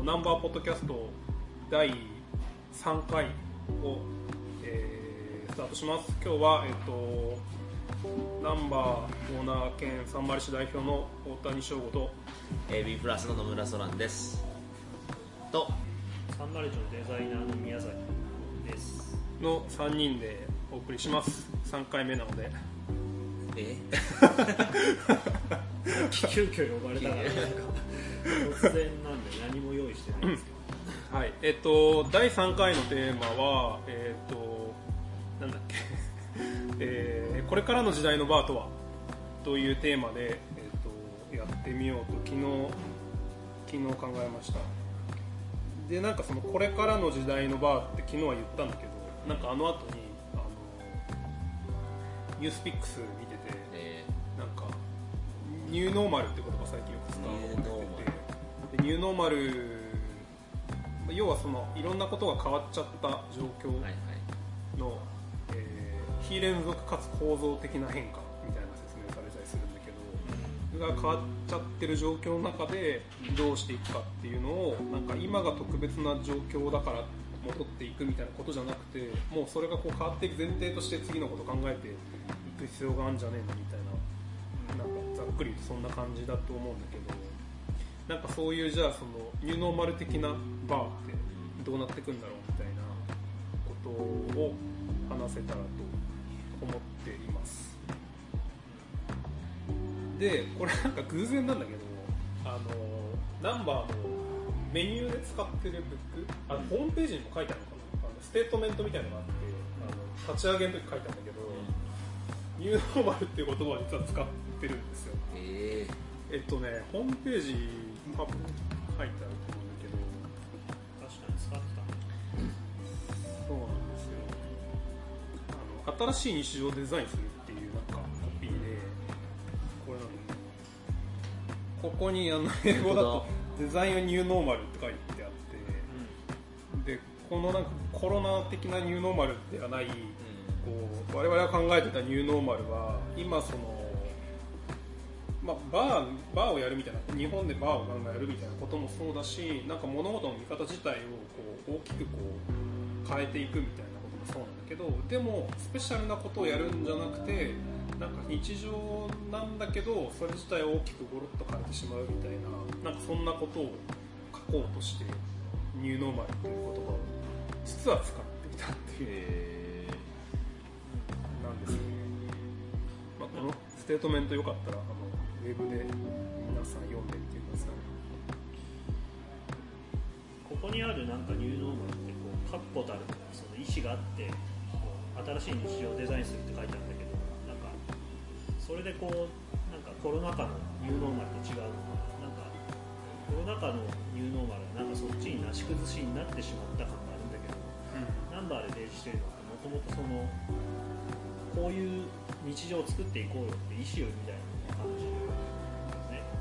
ナンバーポッドキャスト第3回を、スタートします。今日は、ナンバーオーナー兼サンマリシ代表の大谷翔吾と B プラスの野村ソランですとサンマリシのデザイナーの宮崎ですの3人でお送りします。3回目なので急遽呼ばれたから突然なんで何も用意してないんですけどはい、第3回のテーマはなんだっけこれからの時代のバーとはというテーマで、やってみようと昨日考えました。でなんかそのこれからの時代のバーって昨日は言ったんだけど、なんかあの後にニュースピックス見てて、なんかニューノーマルって言葉最近よく使うてニューノーマル要はそのいろんなことが変わっちゃった状況の、非連続かつ構造的な変化みたいな説明されたりするんだけど、それが変わっちゃってる状況の中でどうしていくかっていうのをなんか今が特別な状況だから戻っていくみたいなことじゃなくて、もうそれがこう変わっていく前提として次のことを考えていく必要があるんじゃねえのみたいな、なんかざっくり言うとそんな感じだと思うんだけど、なんかそういうじゃあそのニューノーマル的なバーってどうなっていくんだろうみたいなことを話せたらと思っています。でこれなんか偶然なんだけど、ナンバーのメニューで使ってるブック、ホームページにも書いてあるのかな、ステートメントみたいなのがあって、立ち上げの時書いてあるんだけど、ニューノーマルっていう言葉を実は使ってるんですよ。ホームページ多分書いてあると思うんだけど、 確かに使ってたそうなんですよ。新しい日常をデザインするっていうなんかコピーで、これなんだよね、ここに英語だとデザインはニューノーマルって書いてあって、でこのなんかコロナ的なニューノーマルではない、こう我々が考えてたニューノーマルは今そのバーをやるみたいな、日本でバーをガンガンやるみたいなこともそうだし、なんか物事の見方自体をこう大きくこう変えていくみたいなこともそうなんだけど、でもスペシャルなことをやるんじゃなくて、なんか日常なんだけどそれ自体を大きくゴロッと変えてしまうみたいな、なんかそんなことを書こうとしてニューノーマルという言葉を実は使っていたっていうなんですね。このステートメントよかったらウェブで皆さん読んでみてください。 ここにあるなんかニューノーマルってこう確固たるその意思があってこう新しい日常をデザインするって書いてあるんだけど、なんかそれでこうなんかコロナ禍のニューノーマルと違うのは、なんかコロナ禍のニューノーマルはなんかそっちになし崩しになってしまった感があるんだけど、ナンバーで提示してるのはもともとそのこういう日常を作っていこうよって意思をみたいな感じですね。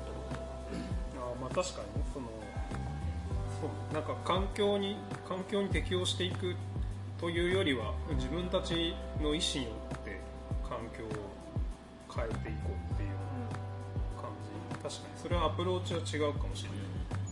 確かにね、そうなんか環境に適応していくというよりは自分たちの意思によって環境を変えていこうっていう感じ、確かにそれはアプローチは違うかもしれない。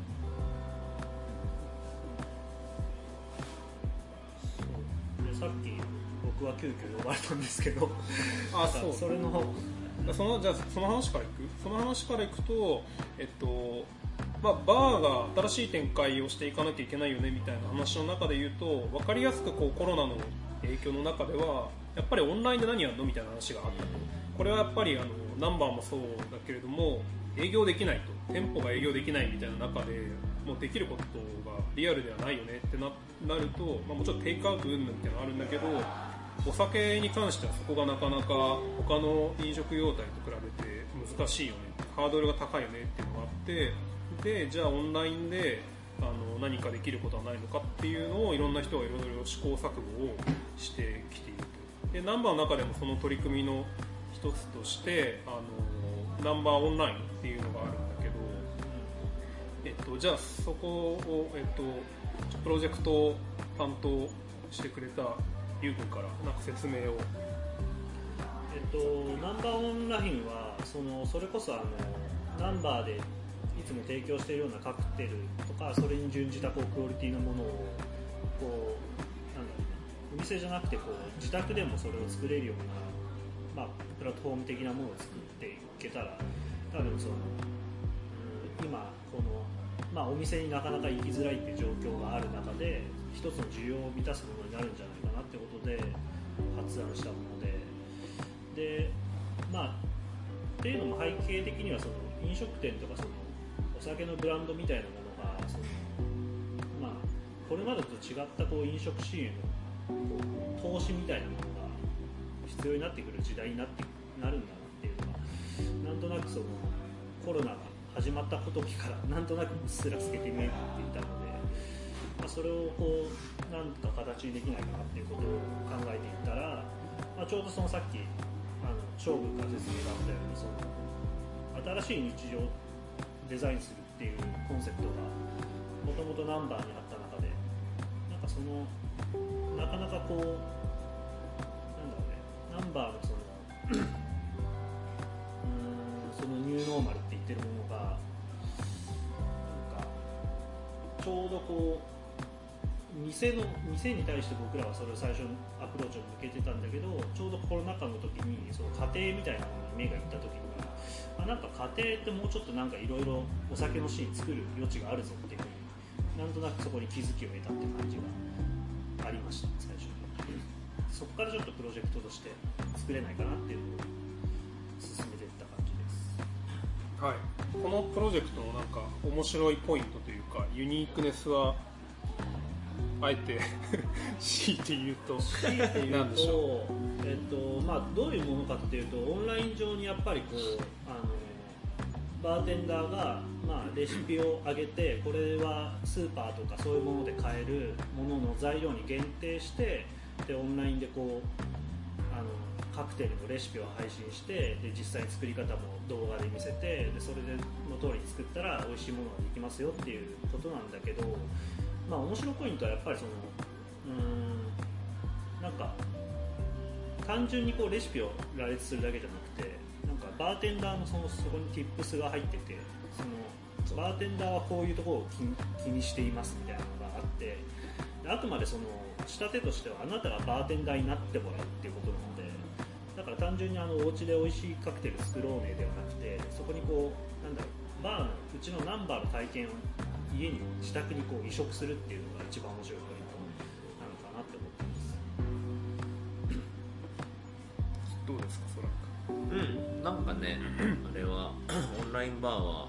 でさっき僕は急遽呼ばれたんですけどそうそれのじゃあその話からいくと、バーが新しい展開をしていかなきゃいけないよねみたいな話の中で言うと、分かりやすくこうコロナの影響の中ではやっぱりオンラインで何やるのみたいな話があったと。これはやっぱりナンバーもそうだけれども、営業できないと、店舗が営業できないみたいな中でもうできることがリアルではないよねって なると、もちろんテイクアウト云々みたいなのあるんだけど、お酒に関してはそこがなかなか他の飲食業態と比べて難しいよね、ハードルが高いよねっていうのがあって、でじゃあオンラインで何かできることはないのかっていうのをいろんな人がいろいろ試行錯誤をしてきていると。でナンバーの中でもその取り組みの一つとしてナンバーオンラインっていうのがあるんだけど、じゃあそこを、プロジェクトを担当してくれたリュウ君からなんか説明を。 ナンバーオンラインはそれこそナンバーでいつも提供しているようなカクテルとかそれに準じたこうクオリティのものをこうなんだろうな、お店じゃなくてこう自宅でもそれを作れるような、プラットフォーム的なものを作っていけたら多分その、今この、お店になかなか行きづらいっていう状況がある中で一つの需要を満たすものになるんじゃないかなってことで発案したもので、っていうのも背景的にはその飲食店とかそのお酒のブランドみたいなものがその、これまでと違ったこう飲食シーンへのこう投資みたいなものが必要になってくる時代になるんだなっていうのがなんとなくそのコロナが始まった時からなんとなくうっすら透けて見えていたので、それをこうなんか形にできないかなっていうことを考えていったら、ちょうどそのさっき勝負から説明があったようにその新しい日常をデザインするっていうコンセプトがもともとナンバーにあった中でなんかそのなかなかこうなんだろうね、ナンバーのそのそのニューノーマルって言ってるものがなんかちょうどこう店に対して僕らはそれを最初のアプローチを向けてたんだけど、ちょうどコロナ禍の時にその家庭みたいなものに目がいった時になんか家庭ってもうちょっとなんかいろいろお酒のシーン作る余地があるぞっていうふうになんとなくそこに気づきを得たって感じがありました最初に。そこからちょっとプロジェクトとして作れないかなっていうのを進めていった感じです。 はい、このプロジェクトのなんか面白いポイントというかユニークネスはあえて強いて言うと何でしょう。 どういうものかっていうとオンライン上にやっぱりこうバーテンダーが、レシピを上げてこれはスーパーとかそういうもので買えるものの材料に限定してでオンラインでこうカクテルのレシピを配信してで実際に作り方も動画で見せてでそれの通りに作ったら美味しいものができますよっていうことなんだけど、面白いポイントはやっぱりそのなんか単純にこうレシピを羅列するだけじゃなくてなんかバーテンダーのそこに Tips が入っててそのバーテンダーはこういうところを気にしていますみたいなのがあってあくまでその仕立てとしてはあなたがバーテンダーになってもらうっていうことなのでだから単純にお家で美味しいカクテル作ろうねではなくてそこにこうなんだろうバーのうちのナンバーの体験を家に自宅にこう移植するっていうのが一番面白いポイントなのかなって思ってます。 どうですかソラック。 なんかねあれはオンラインバーは、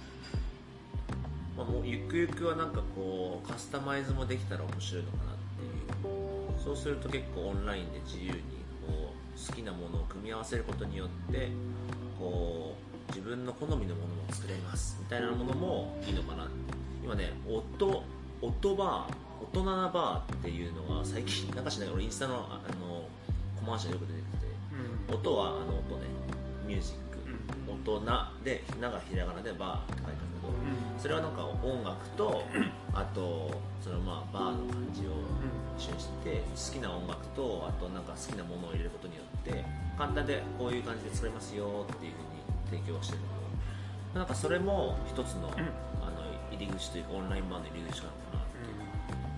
もうゆくゆくはなんかこうカスタマイズもできたら面白いのかなっていう、そうすると結構オンラインで自由にこう好きなものを組み合わせることによってこう自分の好みのものも作れますみたいなものもいいのかなって。今ね音バー大人なバーっていうのが最近なんかしない俺インスタのコマーシャルよく出てきて、音は音ねミュージック、大人で「な」がひらがなで「バー」って書いてあるけど、それはなんか音楽とあとそのバーの感じを一緒にして好きな音楽とあとなんか好きなものを入れることによって簡単でこういう感じで作れますよっていう風に提供してるのなんかそれも一つの、入り口というかオンラインバーの入り口なのかなっていう、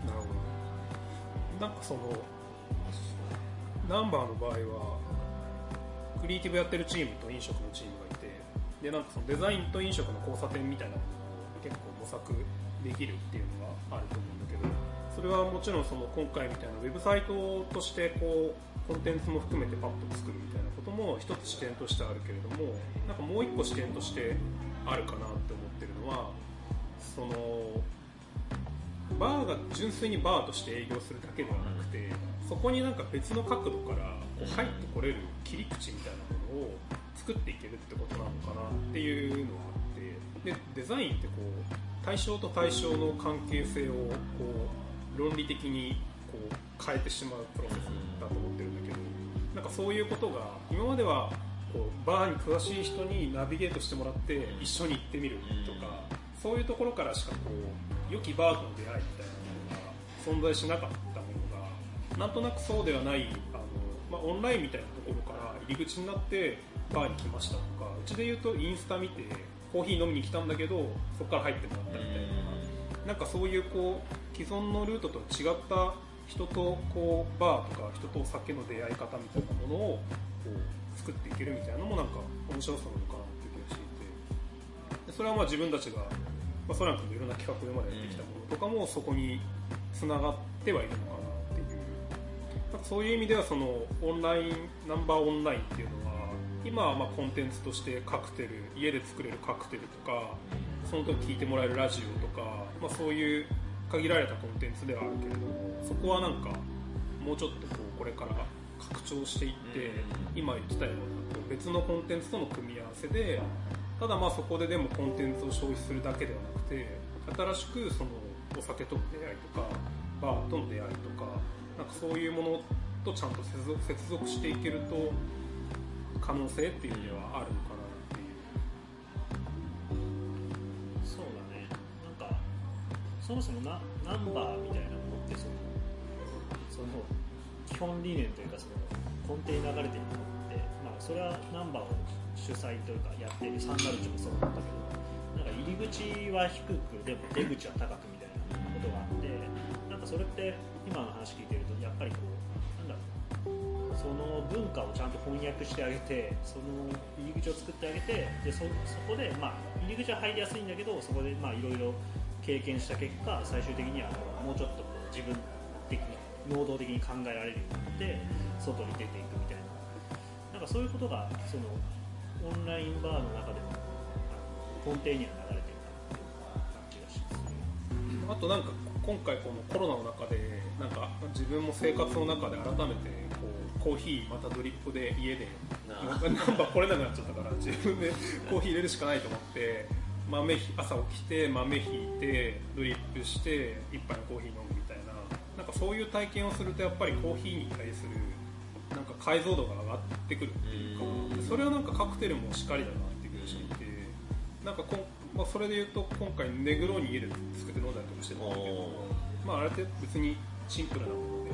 なるほど。なんかそのナンバーの場合はクリエイティブやってるチームと飲食のチームがいてでなんかそのデザインと飲食の交差点みたいなものを結構模索できるっていうのがあると思うんだけどそれはもちろんその今回みたいなウェブサイトとしてこうコンテンツも含めてパッと作るみたいなことも一つ視点としてあるけれどもなんかもう一個視点としてあるかなって思ってるのはそのバーが純粋にバーとして営業するだけではなくてそこになんか別の角度からこう入ってこれる切り口みたいなものを作っていけるってことなのかなっていうのがあってでデザインってこう対象と対象の関係性をこう論理的にこう変えてしまうプロセスだと思ってるんだけどなんかそういうことが今まではこうバーに詳しい人にナビゲートしてもらって一緒に行ってみるとかそういうところからしかこう良きバーとの出会いみたいなものが存在しなかったものがなんとなくそうではないオンラインみたいなところから入り口になってバーに来ましたとかうちで言うとインスタ見てコーヒー飲みに来たんだけどそこから入ってもらったみたいな、なんかそういうこう既存のルートと違った人とこうバーとか人とお酒の出会い方みたいなものをこう作っていけるみたいなのもなんか面白さなのかなっていう気がしていて、でそれはまあ自分たちが、ソラン君のいろんな企画でまでやってきたものとかもそこにつながってはいるのかなっていう、なんかそういう意味ではそのオンラインナンバーオンラインっていうのは今はまあコンテンツとしてカクテル、家で作れるカクテルとかその時聴いてもらえるラジオとか、そういう限られたコンテンツではあるけれども、そこはなんかもうちょっとこれから拡張していって、今言ってたような別のコンテンツとの組み合わせで、ただそこででもコンテンツを消費するだけではなくて、新しくそのお酒との出会いとかバーとの出会いとか、なんかそういうものとちゃんと接続していけると可能性っていう意味ではあるのかなっていう。 そうだね。なんかそもそもナンバーみたいなものってその基本理念というかその根底に流れているものって、それはナンバーを主催というかやっているサンダルチもそうなんだけど、なんか入り口は低くでも出口は高くみたいなことがあって、なんかそれって今の話聞いてるとやっぱりこうなんだろう、その文化をちゃんと翻訳してあげて、その入り口を作ってあげて、で そこで、入り口は入りやすいんだけど、そこでいろいろ経験した結果、最終的にはもうちょっとこう自分的に能動的に考えられるようになって外に出ていくみたいな、なんかそういうことがそのオンラインバーの中でも根底には流れているかなっていう感じがします。 あとなんか今回このコロナの中でなんか自分も生活の中で改めてコーヒーまたドリップで家でナンバー来れなくなっちゃったから自分でコーヒー入れるしかないと思って朝起きて豆ひいてドリップして一杯のコーヒー飲むみたいな、なんかそういう体験をするとやっぱりコーヒーに対するなんか解像度が上がってくるっていうか、それはなんかカクテルもしっかりだなっていう気がしていて、なんかそれで言うと今回ネグロに家で作って飲んだりとかしてたんだけど、あれって別にシンプルなもので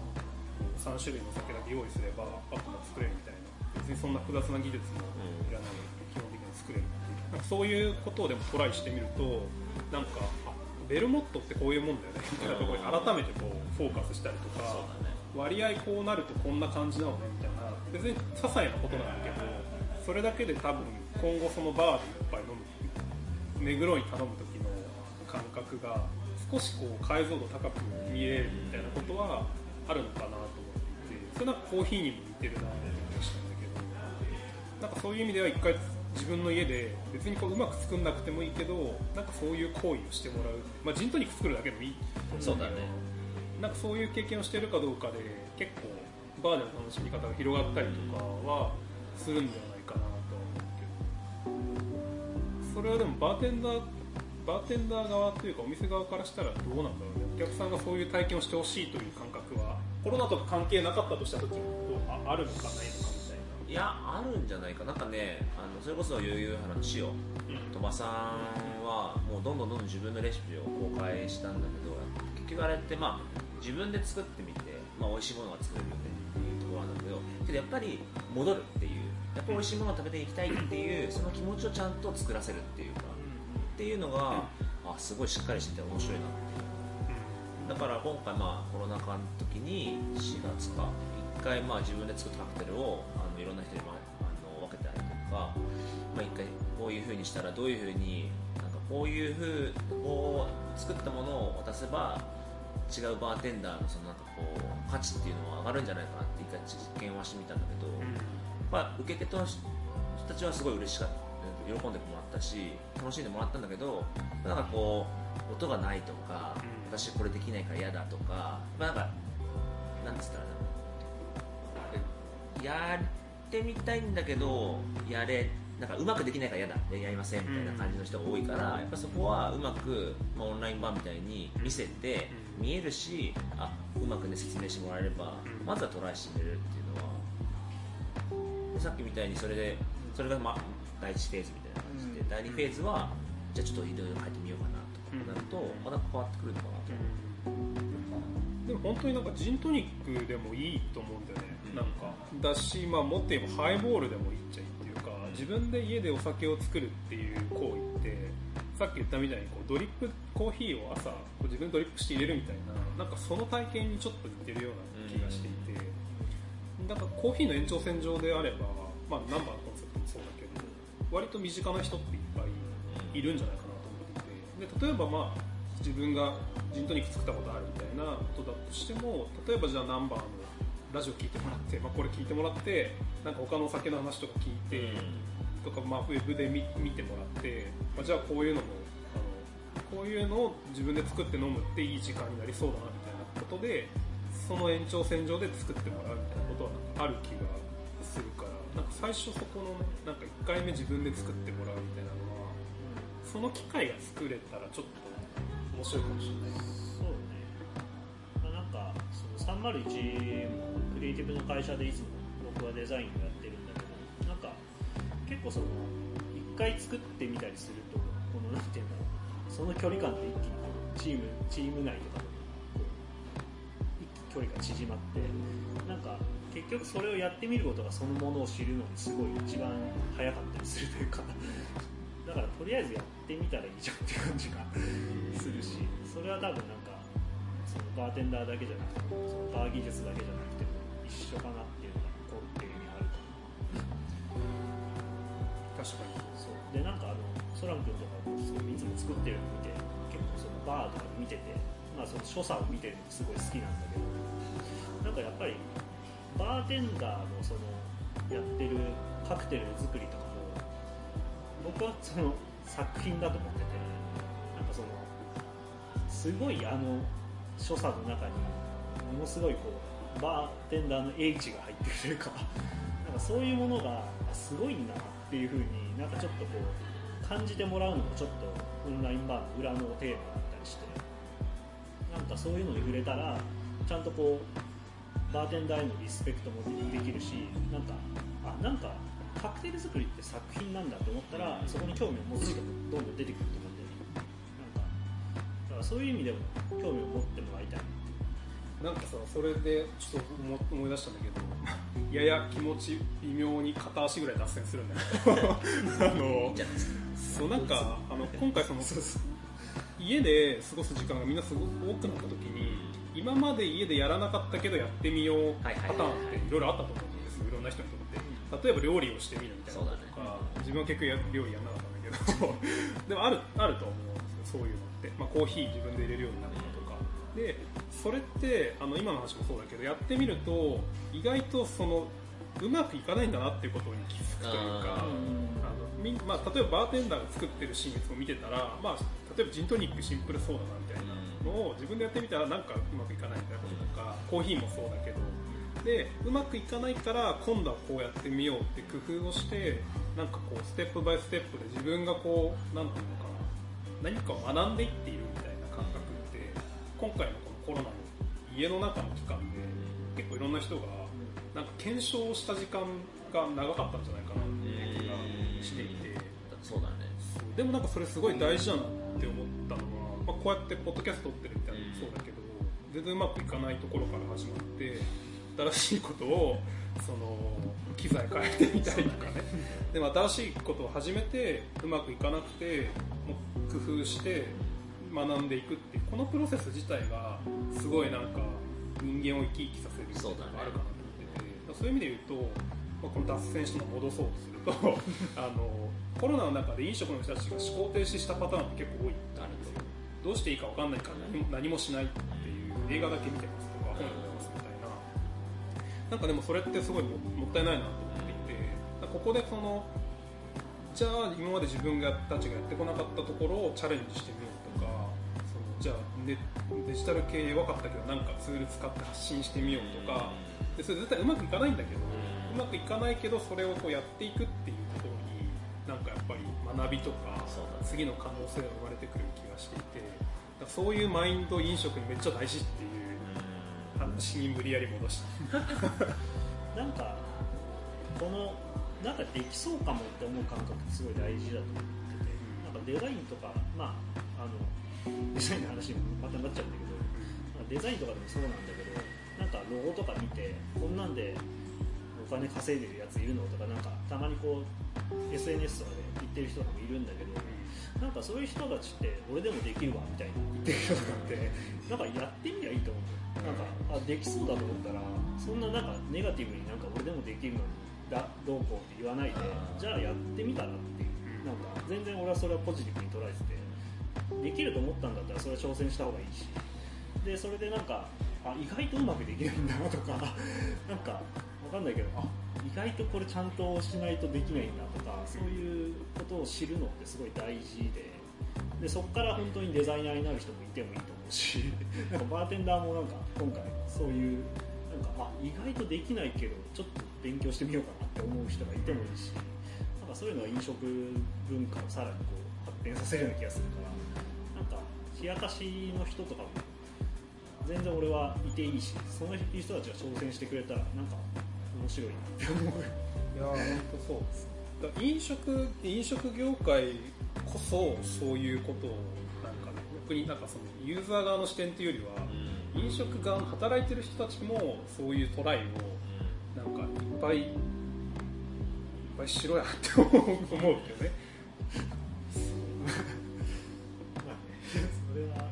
3種類の酒だけ用意すればパッと作れるみたいな、別にそんな複雑な技術もいらないので基本的に作れるっていう、なんかそういうことをでもトライしてみると、なんかベルモットってこういうもんだよねみたいなところに改めてこうフォーカスしたりとか、割合こうなるとこんな感じなのねみたいな、別に些細なことなんだけど、それだけで多分今後そのバーで一杯飲むネグロに頼む時の感覚が少しこう解像度高く見えるみたいなことはあるのかなと思っていて、それなんかコーヒーにも似てるなって気がしたんだけど、なんかそういう意味では一回自分の家で別にこううまく作んなくてもいいけど、なんかそういう行為をしてもらう、ジントニック作るだけでもいい。 そうだね。 なんかそういう経験をしているかどうかで結構バーでの楽しみ方が広がったりとかはするんじゃないかなと思うけど、それはでもバーテンダー側というかお店側からしたらどうなんだろうね。お客さんがそういう体験をしてほしいという感覚はコロナとか関係なかったとした時にあるのかないのかみたいな。 いや、あるんじゃないか。なんかね、それこそ悠々派の千代鳥羽さんはもうどんどん自分のレシピを公開したんだけど、結局あれって自分で作ってみて、美味しいものが作れるよねっていうところなんだけど、けどやっぱり戻るっていう、やっぱり美味しいものを食べていきたいっていうその気持ちをちゃんと作らせるっていうか、っていうのが、すごいしっかりしてて面白いなっていう。だから今回コロナ禍の時に4月か1回自分で作ったカクテルをいろんな人に分けたりとか、1回こういう風にしたらどういう風になんかこういう風こう作ったものを渡せば違うバーテンダーのそのなんかこう価値っていうのは上がるんじゃないかなって一回実験はしてみたんだけど、受け手の人たちはすごい嬉しかった、喜んでもらったし楽しんでもらったんだけど、なんかこう音がないとか、私これできないから嫌だとか、なんかなんつったらやってみたいんだけどなんかうまくできないから嫌だやりませんみたいな感じの人が多いから、やっぱそこはうまく、オンライン版みたいに見せて見えるし、うまくね説明してもらえれば、まずはトライしてみれるっていうのは、でさっきみたいにそれが第1フェーズみたいな感じで、第2フェーズはじゃあちょっといろいろ変えてみようかなとかなると、また変わってくるのかなと思う。 でも本当になんかジントニックでもいいと思うんだよね。なんかだし、もっと言えばハイボールでもいいっちゃいいっていうか、 自分で家でお酒を作るっていう行為ってさっき言ったみたいにこうドリップコーヒーを朝こう自分でドリップして入れるみたいな、なんかその体験にちょっと似てるような気がしていて、なんかコーヒーの延長線上であれば、まあ、ナンバーのコンセプトもそうだけど割と身近な人っていっぱいいるんじゃないかなと思っていて、で例えばまあ自分がジントニック作ったことあるみたいなことだとしても、例えばじゃあナンバーのラジオ聞いてもらって、まあ、これ聞いてもらってなんか他のお酒の話とか聞いて、とか、まあ、ウェブで見てもらって、まあ、じゃあこういうのもこういうのを自分で作って飲むっていい時間になりそうだなみたいなことで、その延長線上で作ってもらうみたいなことはある気がするから、なんか最初そこのなんか1回目自分で作ってもらうみたいなのは、その機会が作れたらちょっと面白いかもしれない。 そうね、まあ、なんかその301もクリエイティブの会社でいつも僕はデザインをやってるんだけど、なんか結構その1回作ってみたりすると、このなんていうんだろう、その距離感で一気にチーム内とかの一気に距離が縮まって、なんか結局それをやってみることがそのものを知るのにすごい一番早かったりするというかだからとりあえずやってみたらいいじゃんっていう感じがするし、それは多分なんかそのバーテンダーだけじゃなくても、そのバー技術だけじゃなくても一緒かなっていうのが根底にあると思う。 確かにそうで、なんかソラン君とかもいつも作ってるの見て、結構そのバーとか見てて、まあ、その所作を見てるのすごい好きなんだけど、なんかやっぱりバーテンダーのそのやってるカクテル作りとかも僕はその作品だと思ってて、なんかそのすごい所作の中にものすごいこうバーテンダーの英知が入ってるというかなんかそういうものがすごいんだなっていう風になんかちょっとこう感じてもらうのもちょっとオンラインバーの裏のテーマだったりして、なんかそういうのに触れたらちゃんとこうバーテンダーへのリスペクトもできるし、なんかカクテル作りって作品なんだと思ったらそこに興味を持つ人がどんどん出てくると思うんで、だからそういう意味でも興味を持ってもらいたい。 なんかさ、それでちょっと思い出したんだけどやや気持ち微妙に片足ぐらい脱線するんだけどそうなんか今回その家で過ごす時間がみんなすごく多くなった時に、今まで家でやらなかったけどやってみようパターンっていろいろあったと思うんですよ、いろんな人にとって。例えば料理をしてみるみたいなこととか、自分は結局料理やらなかったんだけどでもあると思うんですよ、そういうのって。まあ、コーヒー自分で入れるようになったとかで、それって今の話もそうだけど、やってみると意外とうまくいかないんだなっていうことに気づくというか、まあ、例えばバーテンダーが作ってるシーンを見てたら、まあ、例えばジントニックシンプルそうだなみたいなのを自分でやってみたらなんかうまくいかないみたいなこととか、コーヒーもそうだけど、でうまくいかないから今度はこうやってみようって工夫をして、なんかこうステップバイステップで自分がこうなんていうのかな、何かを学んでいっているみたいな感覚って今回のこのコロナの家の中の期間で結構いろんな人がなんか検証した時間が長かったんじゃないかなっていう気がしていて、 そうだね。 でもなんかそれすごい大事だなって思ったのは、まあ、こうやってポッドキャスト撮ってるみたいなのもそうだけど、全然うまくいかないところから始まって新しいことを機材変えてみたりとかねでも新しいことを始めてうまくいかなくてもう工夫して学んでいくっていうこのプロセス自体がすごいなんか人間を生き生きさせるっていうのがあるかなと思ってて、そういう意味で言うと、まあ、この脱線したのを戻そうとするとコロナの中で飲食の人たちが思考停止したパターンって結構多いってあるんですよ。どうしていいか分かんないから何もしないっていう映画だけ見てますとか本読んでますみたいな、なんかでもそれってすごい もったいないなと思っていて、ここでじゃあ今まで自分たちがやってこなかったところをチャレンジしてみようとか、じゃあデジタル系弱かったけどなんかツール使って発信してみようとかで、それ絶対うまくいかないんだけど、うまくいかないけどそれをこうやっていくっていうところになんかやっぱり学びとか次の可能性が生まれてくる気がしていて、そういうマインド飲食にめっちゃ大事っていう話に無理やり戻したなんかなんかできそうかもって思う感覚ってすごい大事だと思ってて、なんかデザインとか、まあデザインの話にまたなっちゃうんだけど、デザインとかでもそうなんだけど、なんかロゴとか見てこんなんでお金稼いでるやついるのとか、なんかたまにこう SNS とかで言ってる人とかもいるんだけど、なんかそういう人たちって俺でもできるわみたいな言ってる人とかってなんかやってみりゃいいと思う。なんかできそうだと思ったら、そんななんかネガティブになんか俺でもできるのにどうこうって言わないで、じゃあやってみたらっていう、なんか全然俺はそれはポジティブに捉えてて、できると思ったんだったらそれは挑戦した方がいいし、でそれでなんか意外とうまくできるんだなとかなんかわかんないけど、意外とこれちゃんとしないとできないんだとか、そういうことを知るのってすごい大事で、そこから本当にデザイナーになる人もいてもいいと思うしなんかバーテンダーもなんか今回そういうなんか意外とできないけどちょっと勉強してみようかなって思う人がいてもいいし、なんかそういうのは飲食文化をさらにこう発展させるような気がするから、なんか冷やかしの人とかも全然俺はいていいし、その人たちが挑戦してくれたらなんか面白いなって思う。 いや本当そうです。だから飲食業界こそそういうことをなんか、ね、逆になんかそのユーザー側の視点というよりは、飲食側の働いてる人たちもそういうトライをなんかいっぱいしろやって思うけどね。 それは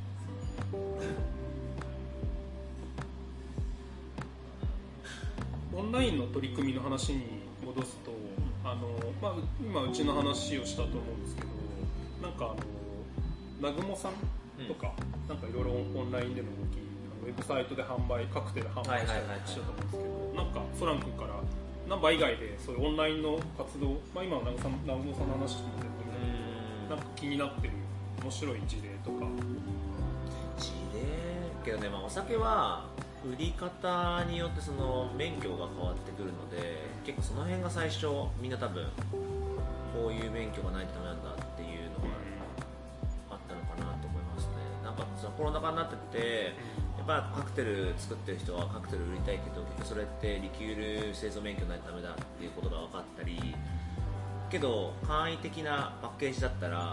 オンラインの取り組みの話に戻すと、今うちの話をしたと思うんですけど、なんか南雲さんとか、なんかいろいろオンラインでの動き、ウェブサイトでカクテル販売したりしたと思うんですけど、なんかソラン君からナンバー以外でそういうオンラインの活動、今の南雲さんの話聞いてるとなんか気になってる面白い事例とか。 事例けどね、お酒は売り方によってその免許が変わってくるので、結構その辺が最初みんな多分こういう免許がないとダメなんだっていうのがあったのかなと思いますね。なんかそのコロナ禍になってて、やっぱカクテル作ってる人はカクテル売りたいけど、結局それってリキュール製造免許ないとダメだっていうことが分かったり、けど簡易的なパッケージだったら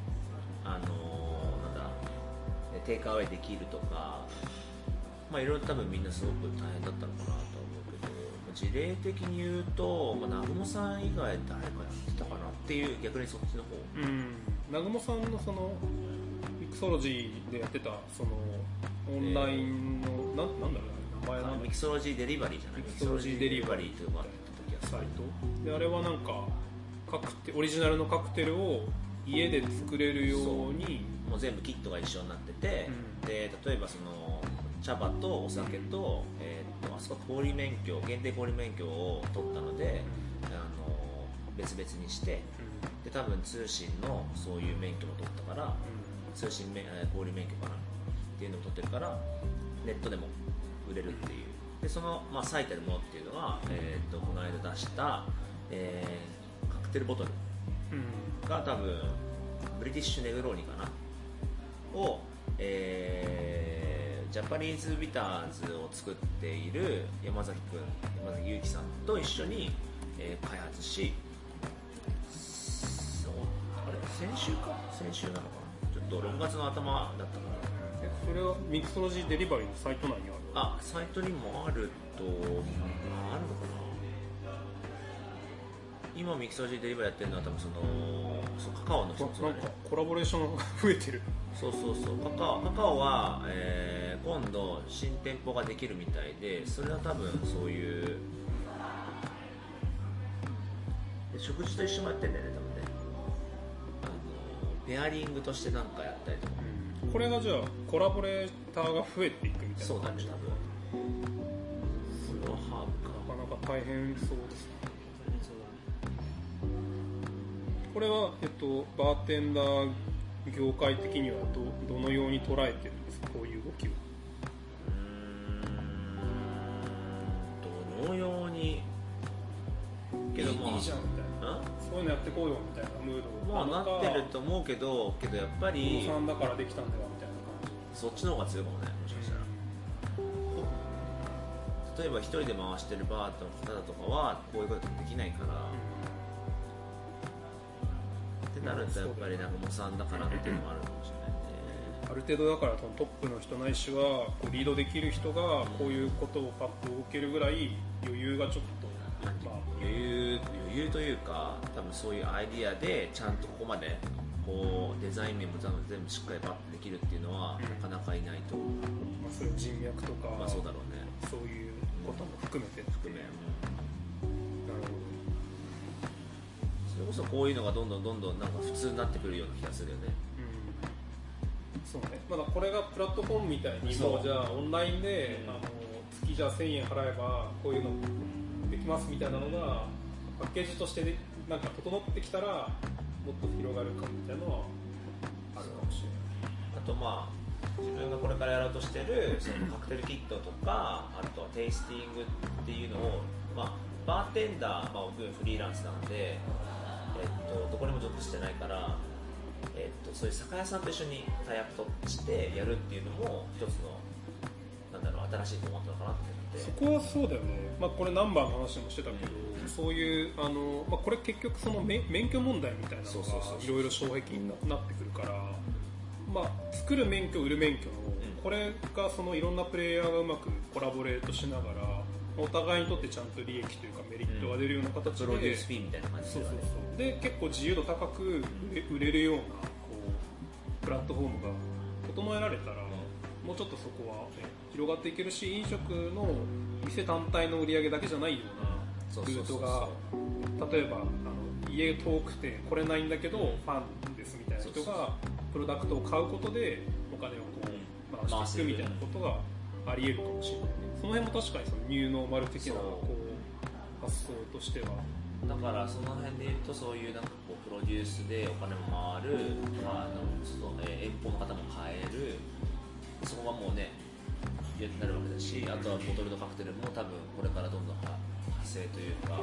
テイクアウェイできるとか、いろいろ多分みんなすごく大変だったのかなと思うけど、事例的に言うと、南雲さん以外誰かやってたかなっていう、逆にそっちの方。 南雲さんのそのミクソロジーでやってたそのオンラインの、なんだろう名前なんだ、 ミクソロジーデリバリーじゃない、 ミクソロジーデリバリーというのがあった時はサイトで、あれはなんかオリジナルのカクテルを家で作れるようにもう全部キットが一緒になってて、で例えばその茶葉とお酒と、あそこ限定小売免許を取ったので、別々にして、で多分通信のそういう免許も取ったから、通信小売免許かなっていうのを取ってるから、ネットでも売れるっていう。でその、最たるものっていうのは、この間出した、カクテルボトルが多分ブリティッシュネグローニかなを、ジャパニーズビターズを作っている山崎裕樹さんと一緒に、開発し、先週なのかな、ちょっと6月の頭だったかな。 それはミクソロジーデリバリーのサイト内にある？ サイトにもあると、あるのかな。今ミクソロジーデリバリーやってるのは多分そのカカオの人、 なんかコラボレーションが増えてる。 そうカカオは、今度新店舗ができるみたいで、それは多分そういう食事と一緒もやってるんだよね、多分ね。ペアリングとして何かやったりとか、 これがじゃあコラボレーターが増えていくみたいな感じ。 そうだね、多分フロハーブなかなか大変そうですね。これは、バーテンダー業界的にはどのように捉えてるんですか、こういう動きを。 どのようにけど、 いいじゃんみたいな、そういうのやってこうよみたいなムードなってると思うけどやっぱりさんだからできたんだよみたいな感じ。 そっちの方が強いかもね、もしかしたら。例えば一人で回してるバーの方とかはこういうことできないから、ってなるとやっぱり南雲さんだからっていうのもあるかもしれないね。 ある程度だからトップの人ないしはこうリードできる人がこういうことをパッと動けるぐらい余裕がちょっと余裕というか、多分そういうアイディアでちゃんとここまでこうデザイン面も全部しっかりバッとできるっていうのはなかなかいないと思う。 まあ、そういう人脈とか、 まあそうだろうね。 そういうことも含めてなるほそれこそこういうのがどんどんなんか普通になってくるような気がするよね。 ど、そうね、まだこれがプラットフォームみたいにもうじゃあオンラインで、月じゃあ1000円払えばこういうのできますみたいなのがパッケージとして、なんか整ってきたらもっと広がるかみたいなのはあるかもしれない。 あとまあ自分がこれからやろうとしてるそのカクテルキットとか、あとはテイスティングっていうのを、まあ、バーテンダー、僕フリーランスなので、どこにも属してないから、そういう酒屋さんと一緒にタイアップとしてやるっていうのも一つの新しいと思ったのかなって思って。 そこはそうだよね、これナンバーの話もしてたけど、そういうこれ結局その免許問題みたいなのがいろいろ障壁になってくるから、作る免許売る免許の、これがそのいろんなプレイヤーがうまくコラボレートしながらお互いにとってちゃんと利益というかメリットが出るような形で、 プロデュースフィーみたいな感じで、 で結構自由度高く売れるようなこうプラットフォームが整えられたら、もうちょっとそこは、広がっていけるし、飲食の店単体の売り上げだけじゃないようなルートが、例えば家遠くて来れないんだけどファンですみたいな人がプロダクトを買うことでお金をこう回していくみたいなことがありえるかもしれないね。その辺も確かにそのニューノーマル的なこう発想としては、 だからその辺で言うと、そういうなんかこうプロデュースでお金も回る、遠方の方も買える、そこはもうねなるわけだし、あとはボトルとカクテルも多分これからどんどん派生というか、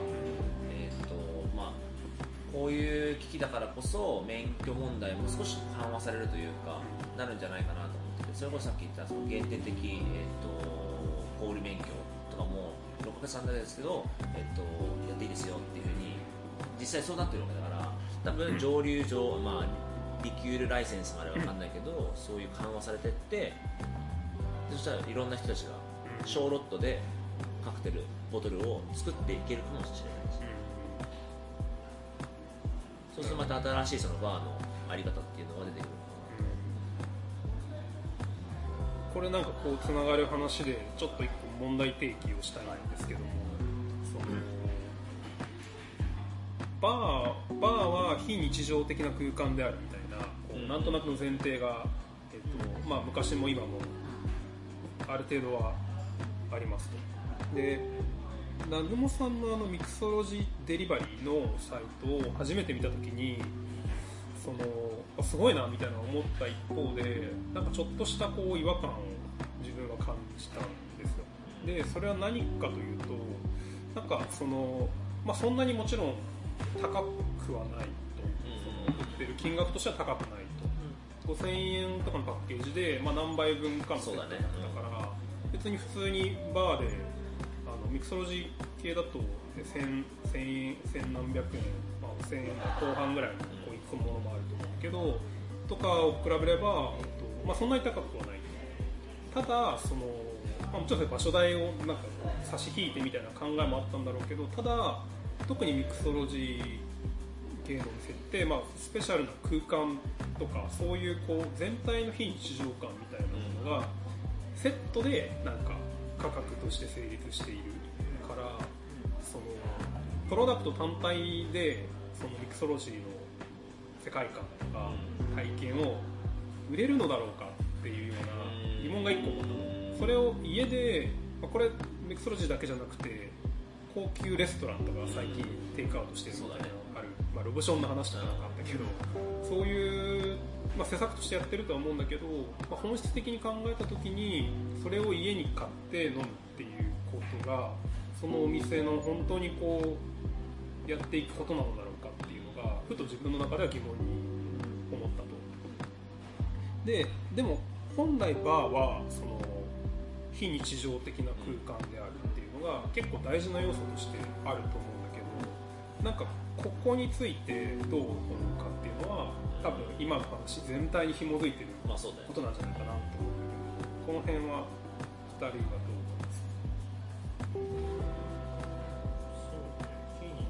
こういう危機だからこそ免許問題も少し緩和されるというか、なるんじゃないかなと思ってて、それこそさっき言ったその限定的、小売免許とかも6ヶ月3ですけど、やっていいですよっていうふうに実際そうなってるわけだから、多分上流上、リキュールライセンスまでわかんないけど、そういう緩和されてって、そしたらいろんな人たちが小ロットでカクテルボトルを作っていけるかもしれないし、そうするとまた新しいそのバーのあり方っていうのが出てくるこれなんかこうつながる話でちょっと一個問題提起をしたいんですけども、バーは非日常的な空間であるみたいな、こうなんとなくの前提が、昔も今もある程度はありますと。で、南雲さんのミクソロジーデリバリーのサイトを初めて見たときに、すごいなみたいな思った一方で、なんかちょっとしたこう違和感を自分は感じたんですよ。で、それは何かというと、なんかそんなにもちろん高くはないと、売ってる金額としては高くないと、5000円とかのパッケージで、何倍分かのセットだから、別に普通にバーでミクソロジー系だと1000円、1000何百円、1000円後半ぐらいのこういくものもあると思うけどとかを比べれば、そんなに高くはない。ただもちろん場所代をなんか差し引いてみたいな考えもあったんだろうけど、ただ特にミクソロジー系の店って、スペシャルな空間とかそういうこう全体の非日常感みたいなものがセットでなんか価格として成立しているから、プロダクト単体でそのミクソロジーの世界観とか体験を売れるのだろうかっていうような疑問が一個持ったの。それを家で、これミクソロジーだけじゃなくて高級レストランとか最近テイクアウトしてるみたいなのがある、ロブションの話とかなんかあったけど、そういう、施策としてやってるとは思うんだけど、本質的に考えた時にそれを家に買って飲むっていうことがそのお店の本当にこうやっていくことなのだろうかっていうのがふと自分の中では疑問に思ったと。でも本来バーは非日常的な空間であるっていうのが結構大事な要素としてあると思うんだけど、なんかここについてどう思うかっていうのは多分今の話全体に紐づいてることなんじゃないかなと思うんだけど、この辺は2人はどう思いますか？ そうね、非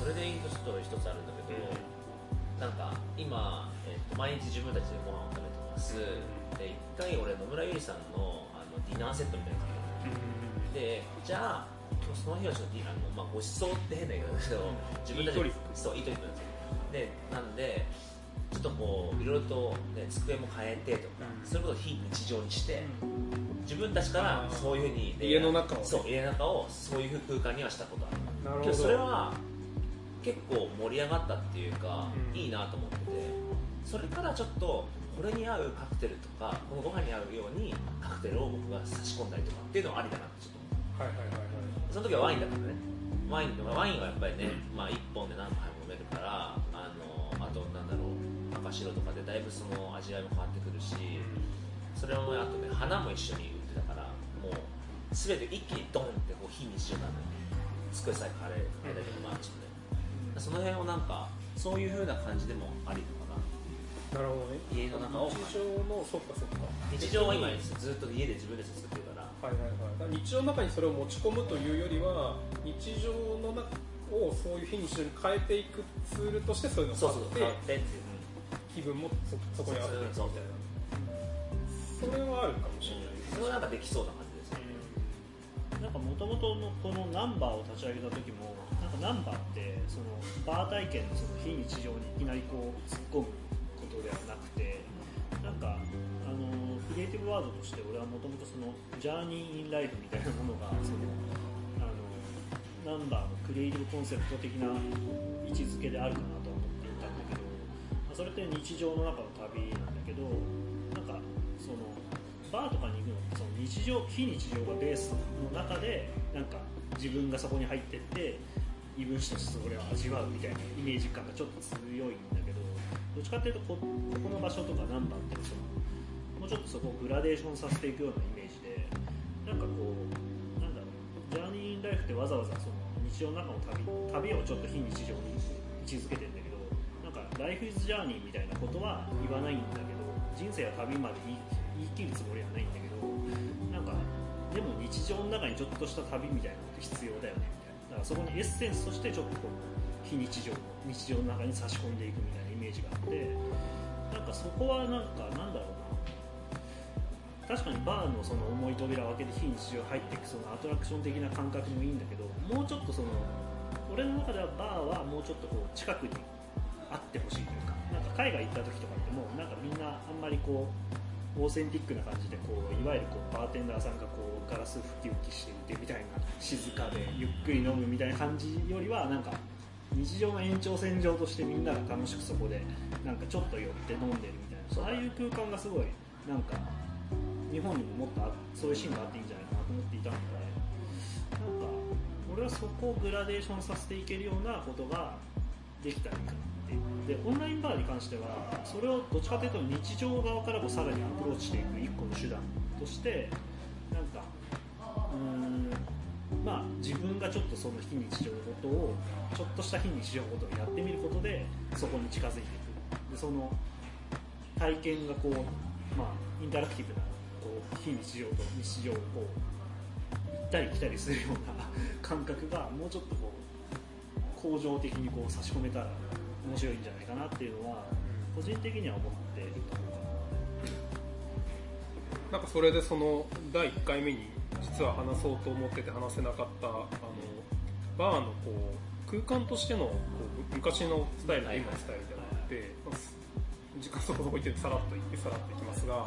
それでいいとちょっと一つあるんだけど、なんか今、毎日自分たちでご飯を食べてます、で一回俺野村ゆりさんのディナーセットみたいなので、じゃあその日はちょっとごちそうって変だけど自分たちでそうイートリックなんですよ。でなんでちょっとこういろいろと、ね、机も変えてとか、そういうことを非日常にして、自分たちからそういうふうに家の中を、ね、 そう家の中をそういう空間にはしたことある。 なるほど。 けどそれは結構盛り上がったっていうか、いいなと思ってて、それからちょっとこれに合うカクテルとかこのご飯に合うようにカクテルを僕が差し込んだりとかっていうのはありだなってちょっと思う。その時はワインだからね、ワインはやっぱりね、1本で何杯も飲めるから、あとなんだろう、赤白とかでだいぶその味わいも変わってくるし、それもあとね花も一緒に売ってたから、もう全て一気にドンってこう非日常なのよ。机さえ変えるだけのちょっとね、その辺をなんかそういう風な感じでもありのかな。 なるほどね。 家の中を日常のそっか日常は今ずっと家で自分で作ってるから、 日常の中にそれを持ち込むというよりは、日常の中をそういう非日常に変えていくツールとしてそういうのを買って気分もそこに合わせていくみたいな、それはあるかもしれない。 それはなんかできそうな感じですね。 なんか元々のこのナンバーを立ち上げた時も、なんかナンバーってそのバー体験のその非日常にいきなりこう突っ込むことではなくて、なんかクリエイティブワードとして俺は元々そのジャーニーインライフみたいなものがそのナンバーのクリエイティブコンセプト的な位置づけであるかなとは思っていたんだけど、それって日常の中の旅なんだけど、なんかそのバーとかに行くのってその非日常がベースの中で、なんか自分がそこに入ってって異分子としてそれを味わうみたいなイメージ感がちょっと強いんだけど、どっちかっていうとこの場所とかナンバーってそのもうちょっとそこをグラデーションさせていくようなイメージで、なんかこうなんだろう、ジャーニーインライフってわざわざその日常の中の旅をちょっと非日常に位置づけてるんだけど、なんかライフイズジャーニーみたいなことは言わないんだけど、人生は旅まで言い切るつもりはないんだけど、なんかでも日常の中にちょっとした旅みたいなのって必要だよねみたいな、だからそこにエッセンスとしてちょっとこの非日常の中に差し込んでいくみたいなイメージがあって、なんかそこはなんかなんだろうな、確かにバーのその重い扉を開けて非日常入っていくそのアトラクション的な感覚もいいんだけど、もうちょっとその俺の中ではバーはもうちょっとこう近くにあってほしいというか、なんか海外行った時とかってもなんかみんなあんまりこうオーセンティックな感じでこういわゆるこうバーテンダーさんがこうガラス吹き吹きしていてみたいな、静かでゆっくり飲むみたいな感じよりは、なんか日常の延長線上としてみんなが楽しくそこでなんかちょっと寄って飲んでるみたいな、ああいう空間がすごいなんか日本にももっとそういうシーンがあっていいんじゃないかなと思っていたので、なんか俺はそこをグラデーションさせていけるようなことができたらいいかなっていう。でオンラインバーに関してはそれをどっちかというと日常側からもさらにアプローチしていく一個の手段として、なんかまあ自分がちょっとその非日常のことをちょっとした非日常のことをやってみることでそこに近づいていく。でその体験がこう、まあ、インタラクティブなこう非日常と日常をこう行ったり来たりするような感覚がもうちょっとこう恒常的にこう差し込めたら面白いんじゃないかなっていうのは個人的には思っているところかな。 なんかそれでその第1回目に実は話そうと思ってて話せなかったバーのこう空間としてのこう昔のスタイルと今のスタイルじゃなくて、時間そこそこいってさらっといきますが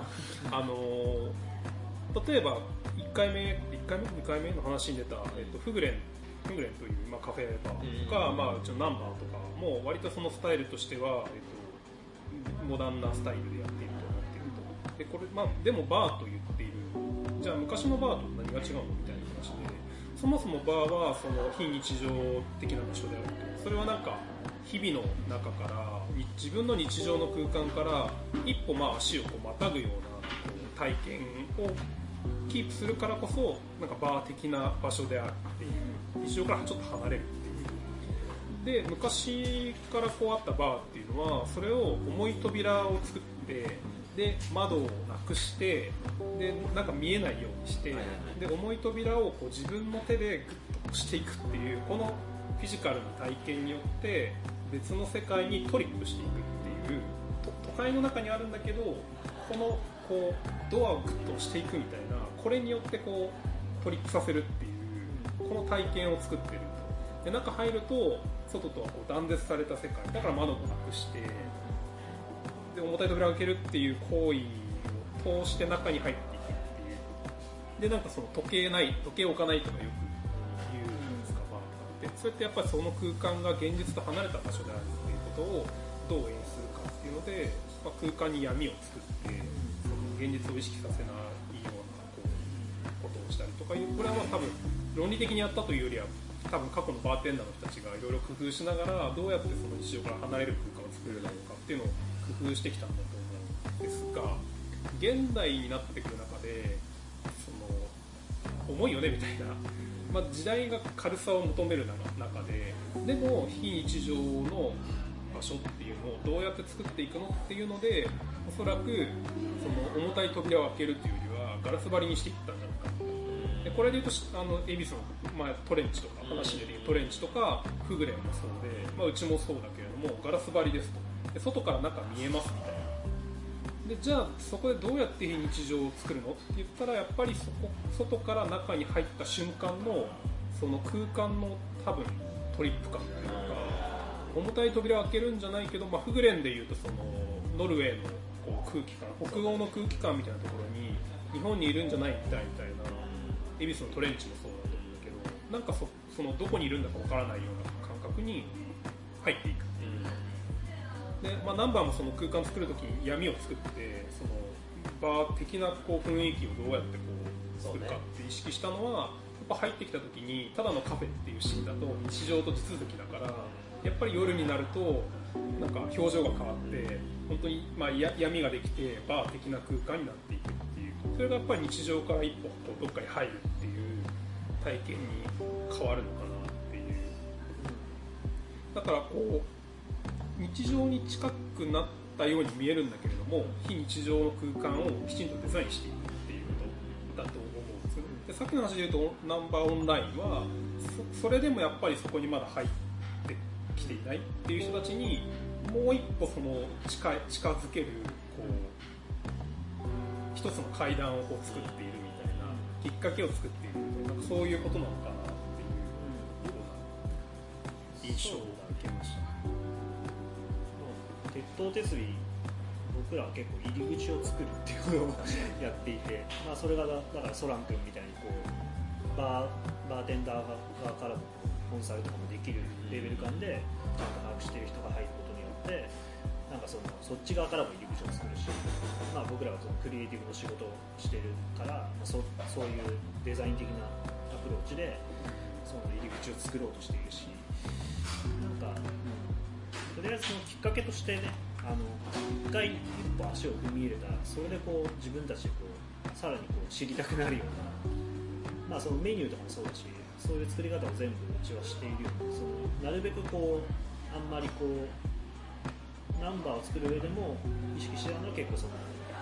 例えば1回目2回目の話に出た、フグレンという、まあ、カフェバーとか、まあ、うちのナンバーとかも割とそのスタイルとしては、モダンなスタイルでやっていると思っていると。でこれ、まあ、でもバーと言っている、じゃあ昔のバーと何が違うのみたいな話で、そもそもバーはその非日常的な場所であると。それはなんか日々の中から自分の日常の空間から一歩まあ足をこうまたぐようなこう体験をキープするからこそなんかバー的な場所であるっていう、日常からちょっと離れるっていう。で昔からこうあったバーっていうのはそれを重い扉を作って、で窓をなくして、でなんか見えないようにして、で重い扉をこう自分の手でグッと押していくっていうこのフィジカルな体験によって別の世界にトリップしていくっていう都会の中にあるんだけどこのこうドアをグッと押していくみたいなこれによってこうトリップさせるっていうこの体験を作ってるとで中入ると外とはこう断絶された世界だから窓もなくしてで重たい扉を開けるっていう行為を通して中に入っていくっていうでなんかその時計を置かないとかよく言うんですか、バーとかってそれってやっぱりその空間が現実と離れた場所であるっていうことをどう演出するかっていうので、まあ、空間に闇を作ってその現実を意識させないようなことをしたりとかいうこれはまあ多分論理的にやったというよりは多分過去のバーテンダーの人たちがいろいろ工夫しながらどうやってその日常から離れる空間を作れるのかっていうのを工夫してきたんだと思うんですが現代になってくる中でその重いよねみたいな、まあ、時代が軽さを求める中ででも非日常の場所っていうのをどうやって作っていくのっていうのでおそらくその重たい扉を開けるというよりはガラス張りにしていったんじゃないかでこれでいうと恵比寿の、まあ、トレンチとか話でいうトレンチとかフグレンもそうで、まあ、うちもそうだけれどもガラス張りですとで外から中見えますみたいなでじゃあそこでどうやって非日常を作るのって言ったらやっぱり外から中に入った瞬間のその空間の多分トリップ感というか重たい扉を開けるんじゃないけど、まあ、フグレンでいうとそのノルウェーのこう空気感北欧の空気感みたいなところに日本にいるんじゃないみたいな恵比寿のトレンチもそうだと思うんだけどなんかそのどこにいるんだかわからないような感覚に入っていくっていうで、まあ、ナンバーもその空間を作るときに闇を作ってそのバー的なこう雰囲気をどうやってこう作るかって意識したのはやっぱ入ってきたときにただのカフェっていうシーンだと日常と地続きだからやっぱり夜になるとなんか表情が変わって本当にまあ闇ができてバー的な空間になっていくっていうそれがやっぱり日常から一歩こうどっかに入るっていう体験に変わるのかなっていうだからこう日常に近くなったように見えるんだけれども非日常の空間をきちんとデザインしていくっていうことだと思うんですよねでさっきの話で言うとナンバーオンラインはそれでもやっぱりそこにまだ入ってきていないっていう人たちにもう一歩その近づけるこう一つの階段をこう作っているみたいなきっかけを作っているなんかそういうことなのかなっていうような印象が受けました。 鉄塔手すり僕らは結構入り口を作るっていうことをやっていて、まあ、それがだからソラン君みたいにこうバーテンダー側からもコンサルとかもできるレベル感でちゃんと把握している人が入ることによってなんかそっち側からも入り口を作るし、まあ、僕らはそのクリエイティブの仕事をしてるから、まあ、そういうデザイン的なアプローチでその入り口を作ろうとしているしなんか、とりあえずそのきっかけとしてね一回一歩足を踏み入れたらそれでこう自分たちでこうさらにこう知りたくなるような、まあ、そのメニューとかもそうだしそういう作り方を全部うちはしているようにそのなるべくこうあんまりこうナンバーを作る上でも意識してるのは結構その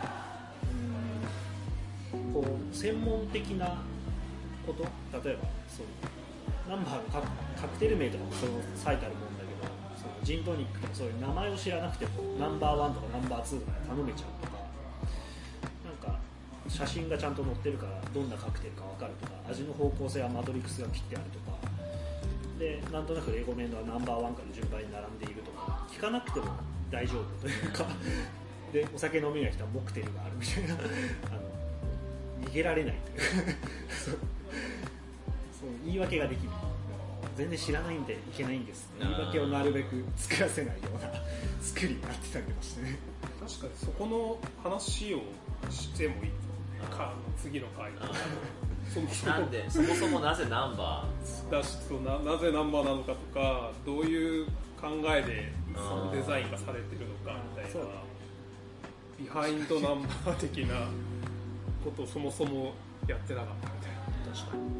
こう専門的なこと例えばそうナンバーのカクテル名とかもその最たるもんだけどそのジントニックとかそういう名前を知らなくてもナンバー1とかナンバー2とかで頼めちゃうとかなんか写真がちゃんと載ってるからどんなカクテルか分かるとか味の方向性はマトリックスが切ってあるとかでなんとなくレゴメンドはナンバー1から順番に並んでいるとか聞かなくても大丈夫というかでお酒飲めない人はモクテルがあるみたいな逃げられないというそう言い訳ができる全然知らないんでいけないんです言い訳をなるべく作らせないような作りになってたりましてね確かにそこの話をしてもいいか次の回なんでそもそもなぜナンバーだしなぜナンバーなのかとかどういう考えでそのデザインがされてるのかみたいなビハインドナンバー的なことをそもそもやってなかったみたいな確かに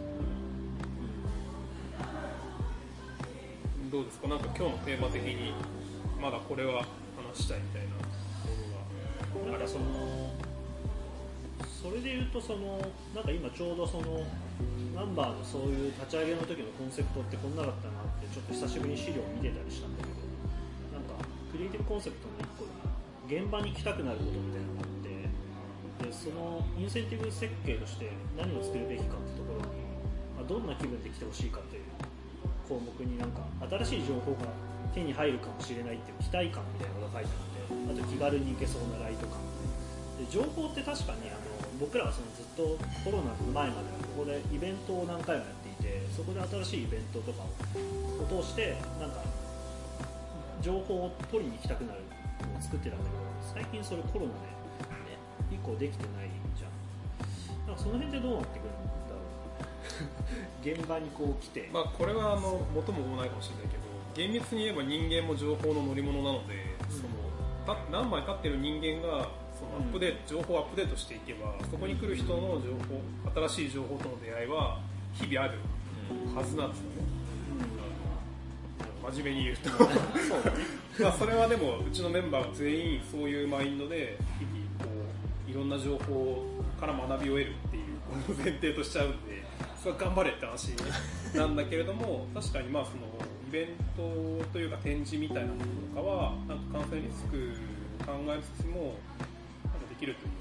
どうですかなんか今日のテーマ的にまだこれは話したいみたいなものがなんかそれで言うとなんか今ちょうどナナンバーのそういう立ち上げの時のコンセプトってこんなだったなってちょっと久しぶりに資料を見てたりしたんだけど、なんかクリエイティブコンセプトの一個に現場に来たくなることみたいなのがあって、でそのインセンティブ設計として何を作るべきかってところに、どんな気分で来てほしいかという項目になんか新しい情報が手に入るかもしれないっていう期待感みたいなのが書いてあって、あと気軽に行けそうなライト感で、情報って確かに僕らはそのずっとコロナの前まではここでイベントを何回もやっていて、そこで新しいイベントとかを通してなんか情報を取りに行きたくなるのを作ってたんだけど、最近それコロナで、ね、以降できてないじゃん。なんかその辺でどうなってくるんだろう現場にこう来て、 これは元もないかもしれないけど、厳密に言えば人間も情報の乗り物なので、その何枚立ってる人間がその情報をアップデートしていけば、そこに来る人の情報、新しい情報との出会いは日々あるはずなんですよね、真面目に言うとそうだねそれはでもうちのメンバーが全員そういうマインドで日々こういろんな情報から学びを得るっていうこの前提としちゃうんで、それは頑張れって話なんだけれども、確かにそのイベントというか展示みたいなものとかはなんか感染リスク考えつつもできるという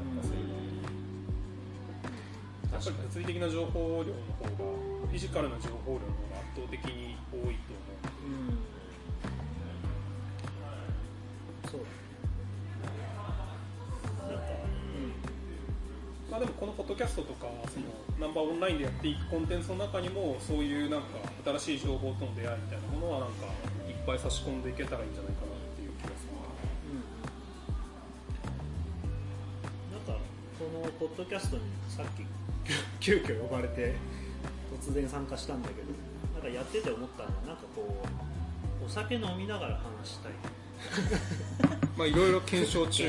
やっぱり物理的な情報量の方がフィジカルな情報量の方が圧倒的に多いと思う。 そうだね。 でもこのポッドキャストとかそのナンバーオンラインでやっていくコンテンツの中にもそういうなんか新しい情報との出会いみたいなものはなんかいっぱい差し込んでいけたらいいんじゃないかなっていう気がする。 なんかこのポッドキャストにさっき急遽呼ばれて突然参加したんだけど、なんかやってて思ったのはなんかこうお酒飲みながら話したいいろいろ検証中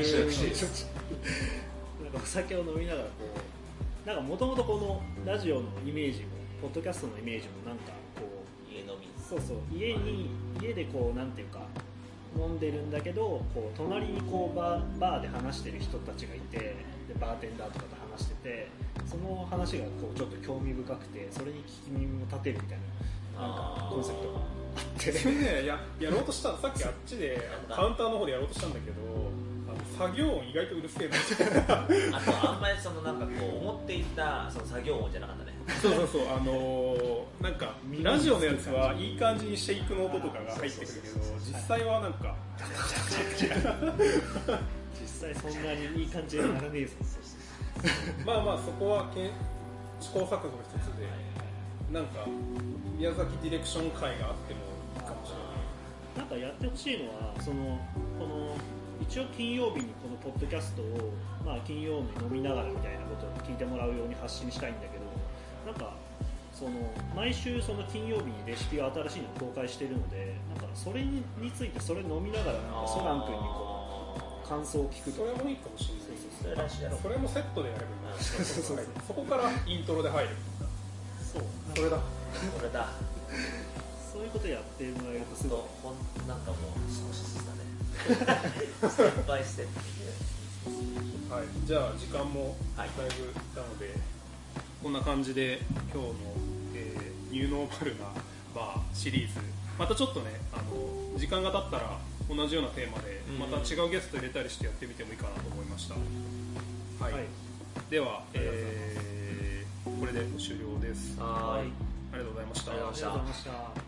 なんかお酒を飲みながらこうなんかもともとこのラジオのイメージもポッドキャストのイメージもなんかこう家飲み、 そう家でこうなんていうか飲んでるんだけど、こう隣にこうバーで話してる人たちがいて、でバーテンダーとかと話してて、その話がこうちょっと興味深くて、それに聞き耳も立てるみたいななんかコンセプトがあってそれねやろうとしたさっきあっちでカウンターの方でやろうとしたんだけど、作業音意外とうるせえなあとあんまりそのなんかこう思っていたその作業音じゃなかったね。 そうなんかラジオのやつはいい感じにシェイクの音とかが入ってくるけど、実際はなんか実際そんなにいい感じにならねえぞそこは試行錯誤の一つで、なんか宮崎ディレクション会があってもいいかもしれない。 なんかやってほしいのはこの一応金曜日にこのポッドキャストを、金曜日飲みながらみたいなことを聞いてもらうように発信したいんだけど、なんかその毎週その金曜日にレシピを新しいのを公開しているので、なんかそれについてそれ飲みながらなんかソラン君にこう感想を聞くとか、 それもいいかもしれない。それもセットでやればいいなそこからイントロで入る。 そうそれだそういうことやってもらえるとすごいなんかもう少しずつだねステップバイステップ。 はい、じゃあ時間もだいぶなので、こんな感じで今日の、ニューノーマルなバーシリーズ、またちょっとね時間が経ったら同じようなテーマでまた違うゲスト入れたりしてやってみてもいいかなと思いました。はい、では、これで終了です。 はい、 ありがとうございました。 ありがとうございました。